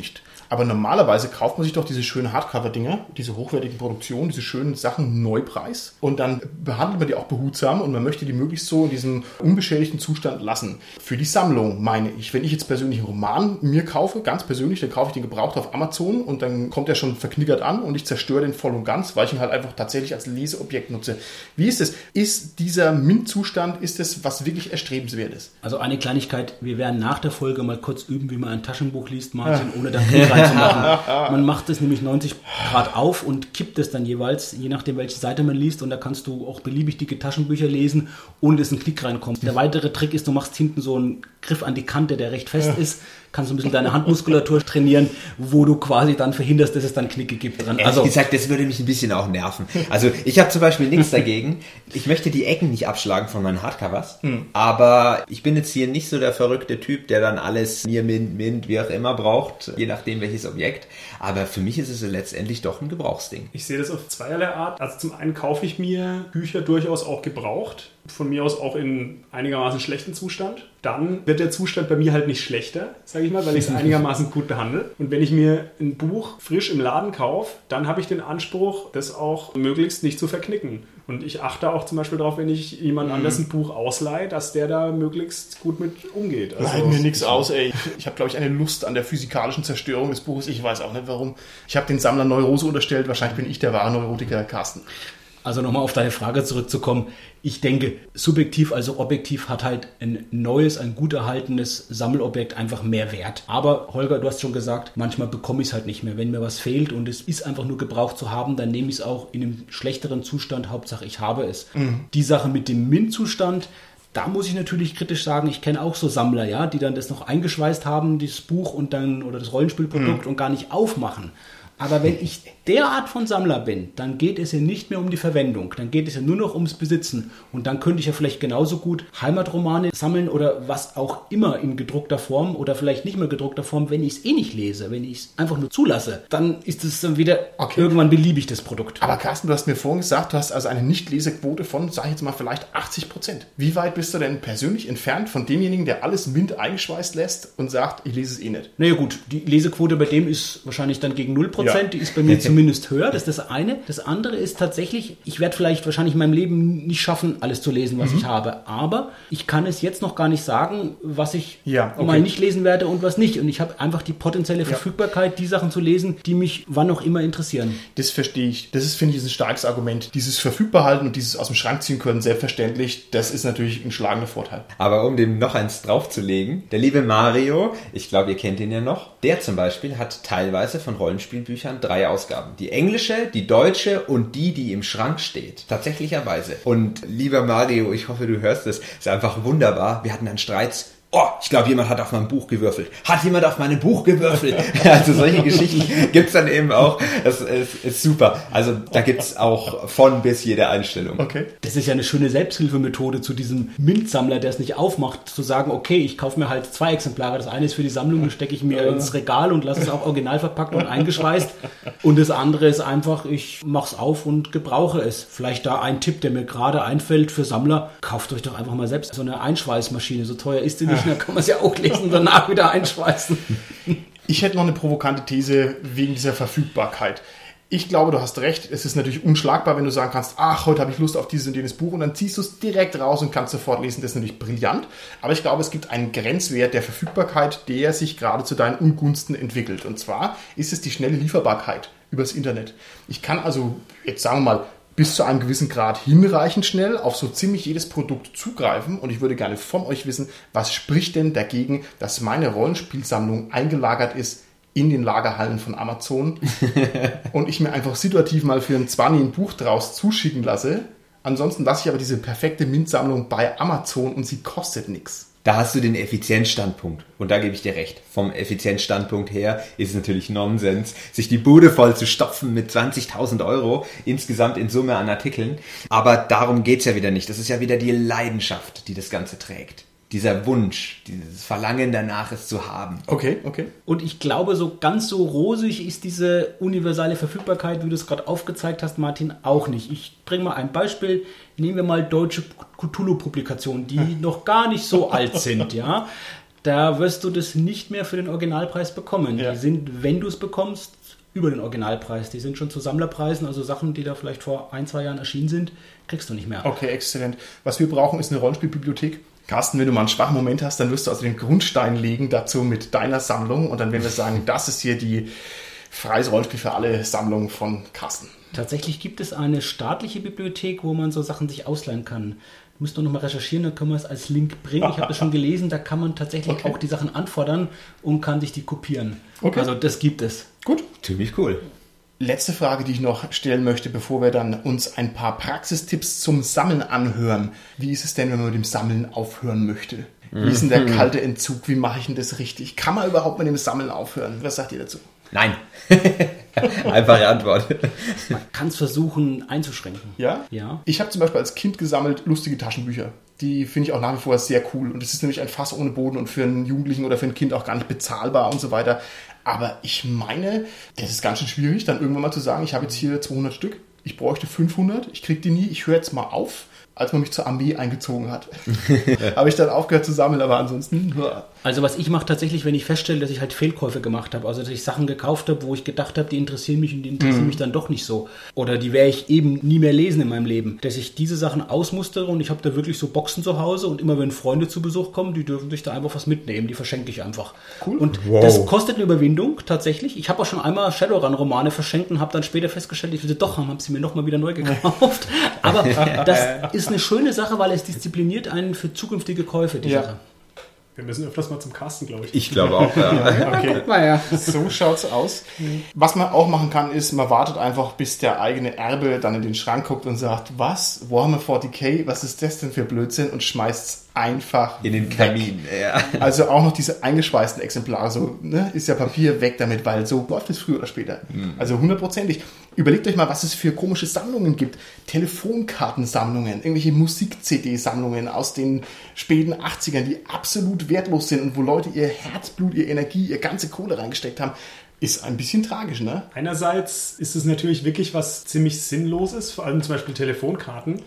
Aber normalerweise kauft man sich doch diese schönen Hardcover-Dinger, diese hochwertigen Produktionen, diese schönen Sachen Neupreis und dann behandelt man die auch behutsam und man möchte die möglichst so in diesem unbeschädigten Zustand lassen. Für die Sammlung meine ich, wenn ich jetzt persönlich einen Roman mir kaufe, ganz persönlich, dann kaufe ich den gebraucht auf Amazon und dann kommt er schon verknickert an und ich zerstöre den voll und ganz, weil ich ihn halt einfach tatsächlich als Leseobjekt nutze. Wie ist es? Ist dieser Mint-Zustand, ist es was wirklich erstrebenswert ist? Also eine Kleinigkeit, wir werden nach der Folge mal kurz üben, wie man ein Taschenbuch liest, Martin, ohne da Blut reinzumachen. Man macht es nämlich neunzig Grad auf und kippt es dann jeweils, je nachdem, welche Seite man liest, und da kannst du auch beliebig dicke Taschenbücher lesen, ohne dass ein Knick reinkommt. Der weitere Trick ist, du machst hinten so einen Griff an die Kante, der recht fest ja. ist, kannst du ein bisschen deine Handmuskulatur trainieren, wo du quasi dann verhinderst, dass es dann Knicke gibt dran. Ehrlich Also gesagt, das würde mich ein bisschen auch nerven. Also ich habe zum Beispiel nichts dagegen. Ich möchte die Ecken nicht abschlagen von meinen Hardcovers, hm. aber ich bin jetzt hier nicht so der verrückte Typ, der dann alles mir Mint, Mint, wie auch immer braucht, je nachdem welches Objekt. Aber für mich ist es letztendlich doch ein Gebrauchsding. Ich sehe das auf zweierlei Art. Also zum einen kaufe ich mir Bücher durchaus auch gebraucht, von mir aus auch in einigermaßen schlechten Zustand. Dann wird der Zustand bei mir halt nicht schlechter, sage ich mal, weil ich es einigermaßen gut behandle. Und wenn ich mir ein Buch frisch im Laden kaufe, dann habe ich den Anspruch, das auch möglichst nicht zu verknicken. Und ich achte auch zum Beispiel darauf, wenn ich jemand anders ein Buch ausleihe, dass der da möglichst gut mit umgeht. Also Leid mir nichts aus, ey. Ich habe, glaube ich, eine Lust an der physikalischen Zerstörung des Buches. Ich weiß auch nicht, warum. Ich habe den Sammler Neurose unterstellt. Wahrscheinlich bin ich der wahre Neurotiker, Carsten. Also nochmal auf deine Frage zurückzukommen. Ich denke, subjektiv also objektiv hat halt ein neues, ein gut erhaltenes Sammelobjekt einfach mehr Wert. Aber Holger, du hast schon gesagt, manchmal bekomme ich es halt nicht mehr. Wenn mir was fehlt und es ist einfach nur gebraucht zu haben, dann nehme ich es auch in einem schlechteren Zustand. Hauptsache, ich habe es. Mhm. Die Sache mit dem Mint-Zustand, da muss ich natürlich kritisch sagen, ich kenne auch so Sammler, ja, die dann das noch eingeschweißt haben, dieses Buch und dann oder das Rollenspielprodukt mhm. und gar nicht aufmachen. Aber wenn ich derart von Sammler bin, dann geht es ja nicht mehr um die Verwendung, dann geht es ja nur noch ums Besitzen. Und dann könnte ich ja vielleicht genauso gut Heimatromane sammeln oder was auch immer in gedruckter Form oder vielleicht nicht mehr gedruckter Form, wenn ich es eh nicht lese, wenn ich es einfach nur zulasse. Dann ist es dann wieder okay. Irgendwann beliebig, das Produkt. Aber Carsten, du hast mir vorhin gesagt, du hast also eine Nichtlesequote von, sag ich jetzt mal, vielleicht achtzig Prozent. Wie weit bist du denn persönlich entfernt von demjenigen, der alles Mint eingeschweißt lässt und sagt, ich lese es eh nicht? Naja gut, die Lesequote bei dem ist wahrscheinlich dann gegen null Prozent. Ja. Die ist bei mir zumindest höher, das ist das eine. Das andere ist tatsächlich, ich werde vielleicht wahrscheinlich in meinem Leben nicht schaffen, alles zu lesen, was mhm. ich habe. Aber ich kann es jetzt noch gar nicht sagen, was ich ja, okay. mal nicht lesen werde und was nicht. Und ich habe einfach die potenzielle Verfügbarkeit, ja. die Sachen zu lesen, die mich wann auch immer interessieren. Das verstehe ich. Das ist, finde ich, ein starkes Argument. Dieses Verfügbarhalten und dieses aus dem Schrank ziehen können, selbstverständlich, das ist natürlich ein schlagender Vorteil. Aber um dem noch eins draufzulegen, der liebe Mario, ich glaube, ihr kennt ihn ja noch, der zum Beispiel hat teilweise von Rollenspielbüchern drei Ausgaben. Die englische, die deutsche und die, die im Schrank steht. Tatsächlicherweise. Und lieber Mario, ich hoffe, du hörst es. Ist einfach wunderbar. Wir hatten dann Streits. Oh, ich glaube, jemand hat auf mein Buch gewürfelt. Hat jemand auf mein Buch gewürfelt? Also solche Geschichten gibt's dann eben auch. Das ist, ist super. Also da gibt's auch von bis jede Einstellung. Okay. Das ist ja eine schöne Selbsthilfemethode zu diesem Mint-Sammler, der es nicht aufmacht, zu sagen, okay, ich kaufe mir halt zwei Exemplare. Das eine ist für die Sammlung, das stecke ich mir ins Regal und lasse es auch original verpackt und eingeschweißt. Und das andere ist einfach, ich mache es auf und gebrauche es. Vielleicht da ein Tipp, der mir gerade einfällt für Sammler. Kauft euch doch einfach mal selbst so eine Einschweißmaschine. So teuer ist die nicht. Da kann man es ja auch lesen und danach wieder einschweißen. Ich hätte noch eine provokante These wegen dieser Verfügbarkeit. Ich glaube, du hast recht. Es ist natürlich unschlagbar, wenn du sagen kannst, ach, heute habe ich Lust auf dieses und jenes Buch und dann ziehst du es direkt raus und kannst sofort lesen. Das ist natürlich brillant. Aber ich glaube, es gibt einen Grenzwert der Verfügbarkeit, der sich gerade zu deinen Ungunsten entwickelt. Und zwar ist es die schnelle Lieferbarkeit übers Internet. Ich kann also, jetzt sagen wir mal, bis zu einem gewissen Grad hinreichend schnell auf so ziemlich jedes Produkt zugreifen. Und ich würde gerne von euch wissen, was spricht denn dagegen, dass meine Rollenspielsammlung eingelagert ist in den Lagerhallen von Amazon und ich mir einfach situativ mal für ein zwanzig ein Buch draus zuschicken lasse. Ansonsten lasse ich aber diese perfekte Mint-Sammlung bei Amazon und sie kostet nichts. Da hast du den Effizienzstandpunkt. Und da gebe ich dir recht. Vom Effizienzstandpunkt her ist es natürlich Nonsens, sich die Bude voll zu stopfen mit zwanzigtausend Euro insgesamt in Summe an Artikeln. Aber darum geht's ja wieder nicht. Das ist ja wieder die Leidenschaft, die das Ganze trägt. Dieser Wunsch, dieses Verlangen danach, es zu haben. Okay, okay. Und ich glaube, so ganz so rosig ist diese universelle Verfügbarkeit, wie du es gerade aufgezeigt hast, Martin, auch nicht. Ich bringe mal ein Beispiel. Nehmen wir mal deutsche Cthulhu-Publikationen, die hm. noch gar nicht so alt sind, ja. Da wirst du das nicht mehr für den Originalpreis bekommen. Ja. Die sind, wenn du es bekommst, über den Originalpreis. Die sind schon zu Sammlerpreisen, also Sachen, die da vielleicht vor ein, zwei Jahren erschienen sind, kriegst du nicht mehr. Okay, exzellent. Was wir brauchen, ist eine Rollenspielbibliothek. Carsten, wenn du mal einen schwachen Moment hast, dann wirst du also den Grundstein legen dazu mit deiner Sammlung und dann werden wir sagen, das ist hier die freies Rollenspiel für alle Sammlung von Carsten. Tatsächlich gibt es eine staatliche Bibliothek, wo man so Sachen sich ausleihen kann. Du musst doch nochmal recherchieren, dann können wir es als Link bringen. Ich habe das schon gelesen, da kann man tatsächlich Okay. auch die Sachen anfordern und kann sich die kopieren. Okay. Also das gibt es. Gut. Ziemlich cool. Letzte Frage, die ich noch stellen möchte, bevor wir dann uns ein paar Praxistipps zum Sammeln anhören. Wie ist es denn, wenn man mit dem Sammeln aufhören möchte? Wie ist denn der kalte Entzug? Wie mache ich denn das richtig? Kann man überhaupt mit dem Sammeln aufhören? Was sagt ihr dazu? Nein. Einfache Antwort. Man kann es versuchen einzuschränken. Ja? Ja. Ich habe zum Beispiel als Kind gesammelt lustige Taschenbücher. Die finde ich auch nach wie vor sehr cool. Und es ist nämlich ein Fass ohne Boden und für einen Jugendlichen oder für ein Kind auch gar nicht bezahlbar und so weiter. Aber ich meine, das ist ganz schön schwierig, dann irgendwann mal zu sagen, ich habe jetzt hier zweihundert Stück, ich bräuchte fünfhundert, ich kriege die nie, ich höre jetzt mal auf. Als man mich zur Armee eingezogen hat, habe ich dann aufgehört zu sammeln, aber ansonsten... Ja. Also was ich mache tatsächlich, wenn ich feststelle, dass ich halt Fehlkäufe gemacht habe, also dass ich Sachen gekauft habe, wo ich gedacht habe, die interessieren mich und die interessieren mich dann doch nicht so. Oder die werde ich eben nie mehr lesen in meinem Leben. Dass ich diese Sachen ausmustere und ich habe da wirklich so Boxen zu Hause und immer wenn Freunde zu Besuch kommen, die dürfen sich da einfach was mitnehmen, die verschenke ich einfach. Cool. Und Wow. das kostet eine Überwindung tatsächlich. Ich habe auch schon einmal Shadowrun-Romane verschenkt und habe dann später festgestellt, ich will sie doch haben, habe sie mir nochmal wieder neu gekauft. Aber das ist eine schöne Sache, weil es diszipliniert einen für zukünftige Käufe, die Ja. Sache. Wir müssen öfters mal zum Carsten, glaube ich. Ich glaube auch, ja. Okay. Naja. So schaut's aus. Was man auch machen kann, ist, man wartet einfach, bis der eigene Erbe dann in den Schrank guckt und sagt, was? Warhammer forty K? Was ist das denn für Blödsinn? Und schmeißt's einfach In den weg. Kamin. Ja. Also auch noch diese eingeschweißten Exemplare, so ne, ist ja Papier weg damit, weil so läuft es früher oder später. Also hundertprozentig. Überlegt euch mal, was es für komische Sammlungen gibt. Telefonkartensammlungen, irgendwelche Musik-C D-Sammlungen aus den späten achtzigern, die absolut wertlos sind und wo Leute ihr Herzblut, ihre Energie, ihre ganze Kohle reingesteckt haben. Ist ein bisschen tragisch, ne? Einerseits ist es natürlich wirklich was ziemlich Sinnloses, vor allem zum Beispiel Telefonkarten.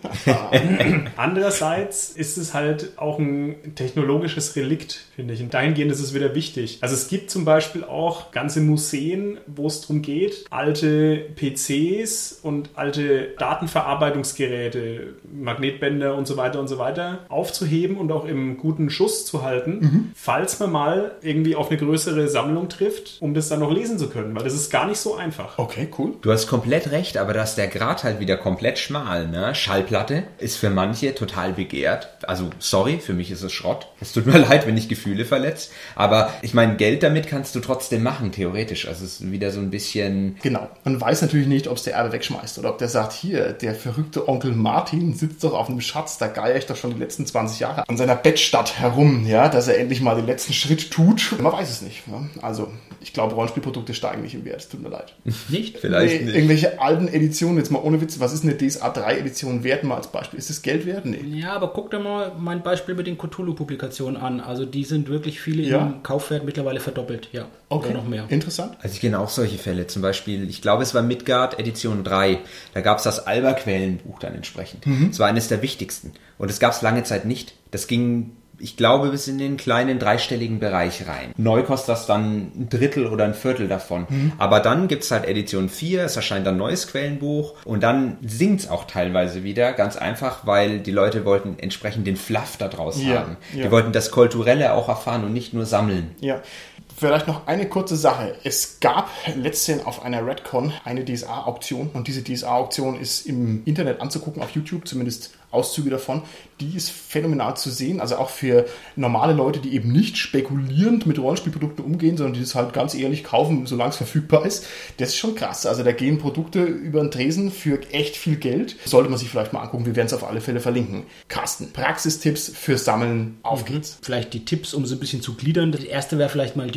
Andererseits ist es halt auch ein technologisches Relikt, finde ich. Und dahingehend ist es wieder wichtig. Also es gibt zum Beispiel auch ganze Museen, wo es darum geht, alte P Cs und alte Datenverarbeitungsgeräte, Magnetbänder und so weiter und so weiter aufzuheben und auch im guten Schuss zu halten, mhm. falls man mal irgendwie auf eine größere Sammlung trifft, um das dann noch lesen zu können, weil das ist gar nicht so einfach. Okay, cool. Du hast komplett recht, aber da ist der Grad halt wieder komplett schmal. Ne? Schallplatte ist für manche total begehrt. Also sorry, für mich ist es Schrott. Es tut mir leid, wenn ich Gefühle verletzt. Aber ich meine, Geld damit kannst du trotzdem machen, theoretisch. Also es ist wieder so ein bisschen... Genau. Man weiß natürlich nicht, ob es der Erbe wegschmeißt oder ob der sagt, hier, der verrückte Onkel Martin sitzt doch auf einem Schatz, da geier ich doch schon die letzten zwanzig Jahre an seiner Bettstatt herum, ja, dass er endlich mal den letzten Schritt tut. Man weiß es nicht. Ja? Also ich glaube, Rollenspielprodukte steigen nicht im Wert. Tut mir leid. Nicht? Vielleicht nee, nicht. Irgendwelche alten Editionen, jetzt mal ohne Witz, was ist eine D S A drei Edition wert mal als Beispiel? Ist das Geld wert? Nee. Ja, aber guck dir mal mein Beispiel mit den Cthulhu-Publikationen an. Also die sind wirklich viele Ja. im Kaufwert mittlerweile verdoppelt. Ja, Okay, oder noch mehr. interessant. Also ich kenne auch solche Fälle. Zum Beispiel, ich glaube, es war Midgard Edition drei. Da gab es das Alba-Quellenbuch dann entsprechend. Das war eines der wichtigsten. Und das gab es lange Zeit nicht. Das ging, ich glaube, bis in den kleinen dreistelligen Bereich rein. Neu kostet das dann ein Drittel oder ein Viertel davon. Aber dann gibt es halt Edition vier, es erscheint ein neues Quellenbuch und dann sinkt es auch teilweise wieder. Ganz einfach, weil die Leute wollten entsprechend den Fluff da draus Ja, haben. ja. Die wollten das Kulturelle auch erfahren und nicht nur sammeln. Ja, vielleicht noch eine kurze Sache. Es gab letztens auf einer Redcon eine D S A-Auktion und diese D S A-Auktion ist im Internet anzugucken, auf YouTube, zumindest Auszüge davon. Die ist phänomenal zu sehen, also auch für normale Leute, die eben nicht spekulierend mit Rollenspielprodukten umgehen, sondern die das halt ganz ehrlich kaufen, solange es verfügbar ist. Das ist schon krass. Also da gehen Produkte über den Tresen für echt viel Geld. Sollte man sich vielleicht mal angucken. Wir werden es auf alle Fälle verlinken. Carsten, Praxistipps für Sammeln. Auf geht's. Vielleicht die Tipps, um so ein bisschen zu gliedern. Das erste wäre vielleicht mal die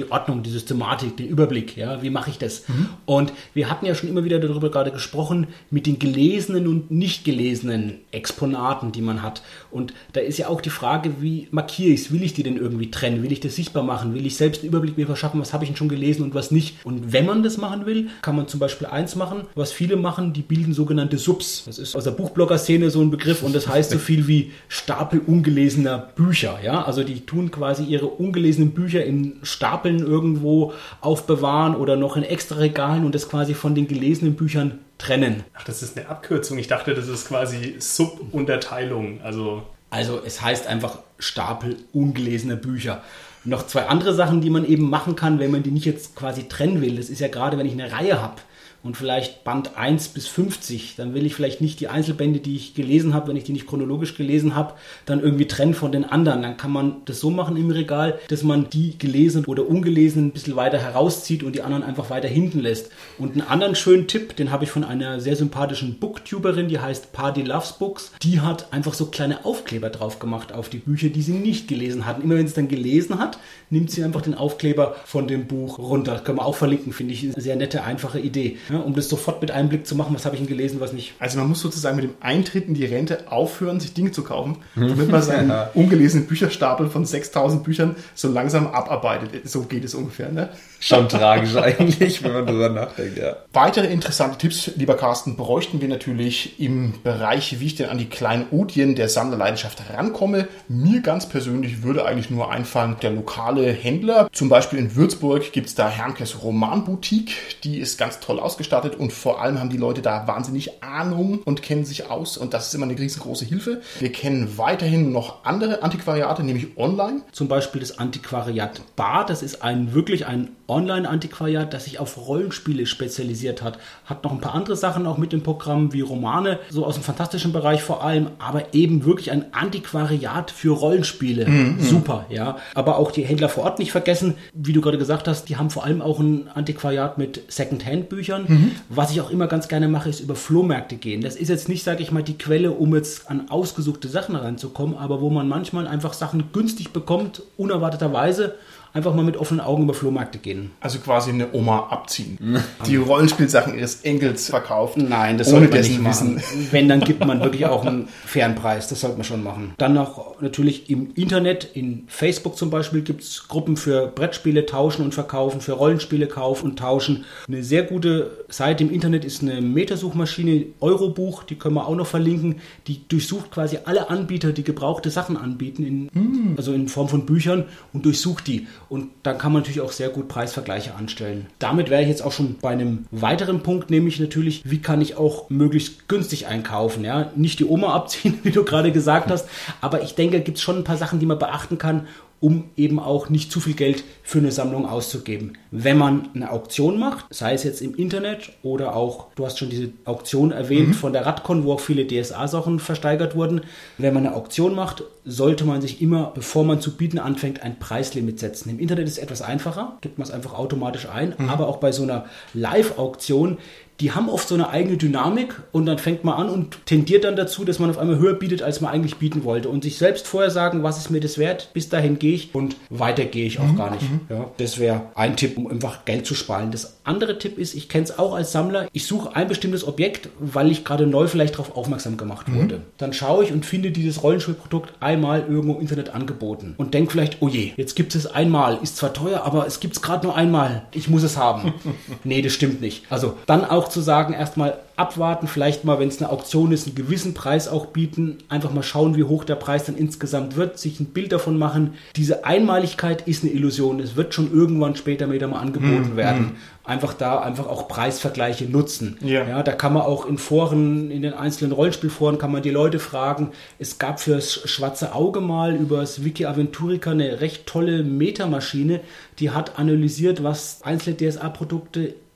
die Ordnung, die Systematik, den Überblick. Ja, wie mache ich das? Mhm. Und wir hatten ja schon immer wieder darüber gerade gesprochen, mit den gelesenen und nicht gelesenen Exponaten, die man hat. Und da ist ja auch die Frage, wie markiere ich es? Will ich die denn irgendwie trennen? Will ich das sichtbar machen? Will ich selbst einen Überblick mir verschaffen, was habe ich denn schon gelesen und was nicht? Und wenn man das machen will, kann man zum Beispiel eins machen, was viele machen, die bilden sogenannte Subs. Das ist aus der Buchblogger-Szene so ein Begriff und das heißt so viel wie Stapel ungelesener Bücher. Ja? Also die tun quasi ihre ungelesenen Bücher in Stapeln irgendwo aufbewahren oder noch in extra Regalen und das quasi von den gelesenen Büchern trennen. Ach, das ist eine Abkürzung. Ich dachte, das ist quasi Subunterteilung. Also, also es heißt einfach Stapel ungelesener Bücher. Noch zwei andere Sachen, die man eben machen kann, wenn man die nicht jetzt quasi trennen will. Das ist ja gerade, wenn ich eine Reihe habe und vielleicht Band eins bis fünfzig, dann will ich vielleicht nicht die Einzelbände, die ich gelesen habe, wenn ich die nicht chronologisch gelesen habe, dann irgendwie trennen von den anderen. Dann kann man das so machen im Regal, dass man die gelesenen oder ungelesenen ein bisschen weiter herauszieht und die anderen einfach weiter hinten lässt. Und einen anderen schönen Tipp, den habe ich von einer sehr sympathischen Booktuberin, die heißt Party Loves Books. Die hat einfach so kleine Aufkleber drauf gemacht auf die Bücher, die sie nicht gelesen hatten. Immer wenn sie es dann gelesen hat, nimmt sie einfach den Aufkleber von dem Buch runter. Das können wir auch verlinken, finde ich eine sehr nette, einfache Idee. Ja, um das sofort mit Einblick zu machen, was habe ich denn gelesen, was nicht. Also man muss sozusagen mit dem Eintritt in die Rente aufhören, sich Dinge zu kaufen, damit man seinen ungelesenen Bücherstapel von sechstausend Büchern so langsam abarbeitet. So geht es ungefähr, ne? Schon tragisch eigentlich, wenn man darüber nachdenkt, ja. Weitere interessante Tipps, lieber Carsten, bräuchten wir natürlich im Bereich, wie ich denn an die kleinen Odien der Sammlerleidenschaft rankomme. Mir ganz persönlich würde eigentlich nur einfallen, der lokale Händler. Zum Beispiel in Würzburg gibt es da Hermkes Romanboutique. Die ist ganz toll ausgestattet und vor allem haben die Leute da wahnsinnig Ahnung und kennen sich aus und das ist immer eine riesengroße Hilfe. Wir kennen weiterhin noch andere Antiquariate, nämlich online. Zum Beispiel das Antiquariat Bar. Das ist ein wirklich ein Online-Antiquariat, das sich auf Rollenspiele spezialisiert hat. Hat noch ein paar andere Sachen auch mit dem Programm wie Romane, so aus dem fantastischen Bereich vor allem, aber eben wirklich ein Antiquariat für Rollenspiele. Mhm. Super, ja. Aber auch die Händler vor Ort nicht vergessen, wie du gerade gesagt hast, die haben vor allem auch ein Antiquariat mit Second-Hand-Büchern. Mhm. Was ich auch immer ganz gerne mache, ist über Flohmärkte gehen. Das ist jetzt nicht, sage ich mal, die Quelle, um jetzt an ausgesuchte Sachen ranzukommen, aber wo man manchmal einfach Sachen günstig bekommt, unerwarteterweise, einfach mal mit offenen Augen über Flohmärkte gehen. Also quasi eine Oma abziehen. Die Rollenspielsachen ihres Enkels verkauft. Nein, das sollte man nicht machen. Wenn, dann gibt man wirklich auch einen fairen Preis. Das sollte man schon machen. Dann noch natürlich im Internet, in Facebook zum Beispiel, gibt es Gruppen für Brettspiele tauschen und verkaufen, für Rollenspiele kaufen und tauschen. Eine sehr gute Seite im Internet ist eine Metasuchmaschine, Eurobuch, die können wir auch noch verlinken. Die durchsucht quasi alle Anbieter, die gebrauchte Sachen anbieten, in, hm. also in Form von Büchern und durchsucht die. Und dann kann man natürlich auch sehr gut Preisvergleiche anstellen. Damit wäre ich jetzt auch schon bei einem weiteren Punkt, nämlich natürlich, wie kann ich auch möglichst günstig einkaufen. Ja? Nicht die Oma abziehen, wie du gerade gesagt hast, aber ich denke, gibt es schon ein paar Sachen, die man beachten kann, um eben auch nicht zu viel Geld für eine Sammlung auszugeben. Wenn man eine Auktion macht, sei es jetzt im Internet oder auch, du hast schon diese Auktion erwähnt, mhm. von der Radcon, wo auch viele D S A-Sachen versteigert wurden. Wenn man eine Auktion macht, sollte man sich immer, bevor man zu bieten anfängt, ein Preislimit setzen. Im Internet ist es etwas einfacher, gibt man es einfach automatisch ein, mhm. aber auch bei so einer Live-Auktion, die haben oft so eine eigene Dynamik und dann fängt man an und tendiert dann dazu, dass man auf einmal höher bietet, als man eigentlich bieten wollte. Und sich selbst vorher sagen, was ist mir das wert, bis dahin gehe ich und weiter gehe ich auch mhm. gar nicht. Mhm. Ja, das wäre ein Tipp, um einfach Geld zu sparen. Das andere Tipp ist, ich kenne es auch als Sammler, ich suche ein bestimmtes Objekt, weil ich gerade neu vielleicht darauf aufmerksam gemacht mhm. wurde. Dann schaue ich und finde dieses Rollenspielprodukt einmal irgendwo im Internet angeboten und denke vielleicht, oh je, jetzt gibt es einmal, ist zwar teuer, aber es gibt es gerade nur einmal, ich muss es haben. Nee, das stimmt nicht. Also dann auch zu sagen, erstmal abwarten, vielleicht mal, wenn es eine Auktion ist, einen gewissen Preis auch bieten, einfach mal schauen, wie hoch der Preis dann insgesamt wird, sich ein Bild davon machen. Diese Einmaligkeit ist eine Illusion, es wird schon irgendwann später wieder mal angeboten mm, werden. Mm. Einfach da einfach auch Preisvergleiche nutzen. Yeah. Ja, da kann man auch in Foren, in den einzelnen Rollenspielforen kann man die Leute fragen. Es gab fürs Schwarze Auge mal über das Wiki Aventurica eine recht tolle Metamaschine, die hat analysiert, was einzelne D S A-Produkte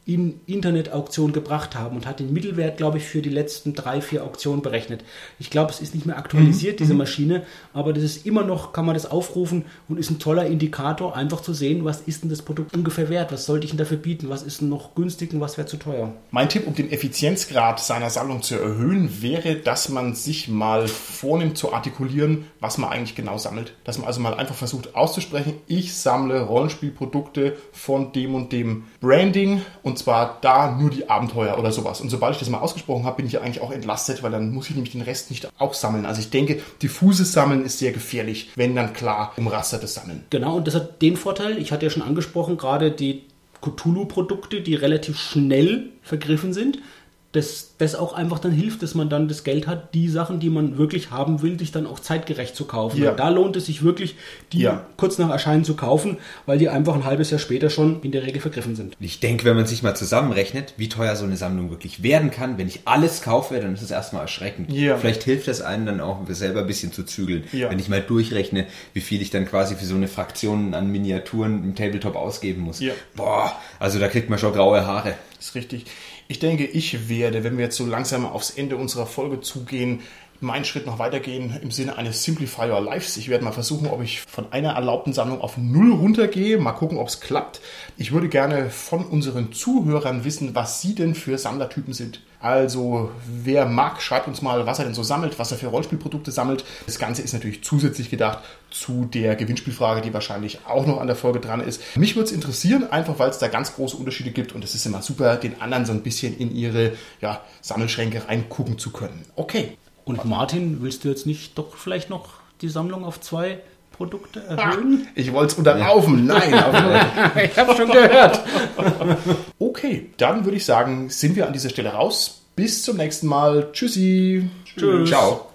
in Internetauktionen gebracht haben und hat den Mittelwert, glaube ich, für die letzten drei, vier Auktionen berechnet. Ich glaube, es ist nicht mehr aktualisiert, mhm. diese Maschine, aber das ist immer noch, kann man das aufrufen und ist ein toller Indikator, einfach zu sehen, was ist denn das Produkt ungefähr wert, was sollte ich denn dafür bieten, was ist denn noch günstig und was wäre zu teuer. Mein Tipp, um den Effizienzgrad seiner Sammlung zu erhöhen, wäre, dass man sich mal vornimmt zu artikulieren, was man eigentlich genau sammelt. Dass man also mal einfach versucht auszusprechen, ich sammle Rollenspielprodukte von dem und dem Branding und zwar da nur die Abenteuer oder sowas. Und sobald ich das mal ausgesprochen habe, bin ich ja eigentlich auch entlastet, weil dann muss ich nämlich den Rest nicht auch sammeln. Also ich denke, diffuses Sammeln ist sehr gefährlich, wenn dann klar umrastertes Sammeln. Genau, und das hat den Vorteil, ich hatte ja schon angesprochen, gerade die Cthulhu-Produkte, die relativ schnell vergriffen sind, dass das auch einfach dann hilft, dass man dann das Geld hat, die Sachen, die man wirklich haben will, sich dann auch zeitgerecht zu kaufen. Ja. Da lohnt es sich wirklich, die ja. kurz nach Erscheinen zu kaufen, weil die einfach ein halbes Jahr später schon in der Regel vergriffen sind. Ich denke, wenn man sich mal zusammenrechnet, wie teuer so eine Sammlung wirklich werden kann, wenn ich alles kaufe, dann ist es erstmal erschreckend. Ja. Vielleicht hilft es einem dann auch selber ein bisschen zu zügeln. Ja. Wenn ich mal durchrechne, wie viel ich dann quasi für so eine Fraktion an Miniaturen im Tabletop ausgeben muss. Ja. Boah, also da kriegt man schon graue Haare. Das ist richtig. Ich denke, ich werde, wenn wir jetzt so langsam aufs Ende unserer Folge zugehen, meinen Schritt noch weitergehen im Sinne eines Simplify Your Lives. Ich werde mal versuchen, ob ich von einer erlaubten Sammlung auf null runtergehe. Mal gucken, ob es klappt. Ich würde gerne von unseren Zuhörern wissen, was sie denn für Sammlertypen sind. Also, wer mag, schreibt uns mal, was er denn so sammelt, was er für Rollenspielprodukte sammelt. Das Ganze ist natürlich zusätzlich gedacht zu der Gewinnspielfrage, die wahrscheinlich auch noch an der Folge dran ist. Mich würde es interessieren, einfach weil es da ganz große Unterschiede gibt und es ist immer super, den anderen so ein bisschen in ihre ja, Sammelschränke reingucken zu können. Okay. Und Martin, willst du jetzt nicht doch vielleicht noch die Sammlung auf zwei Produkte erhöhen? Ach, ich wollte es unterlaufen. Nein. Ich habe schon gehört. Okay, dann würde ich sagen, sind wir an dieser Stelle raus. Bis zum nächsten Mal. Tschüssi. Tschüss. Ciao.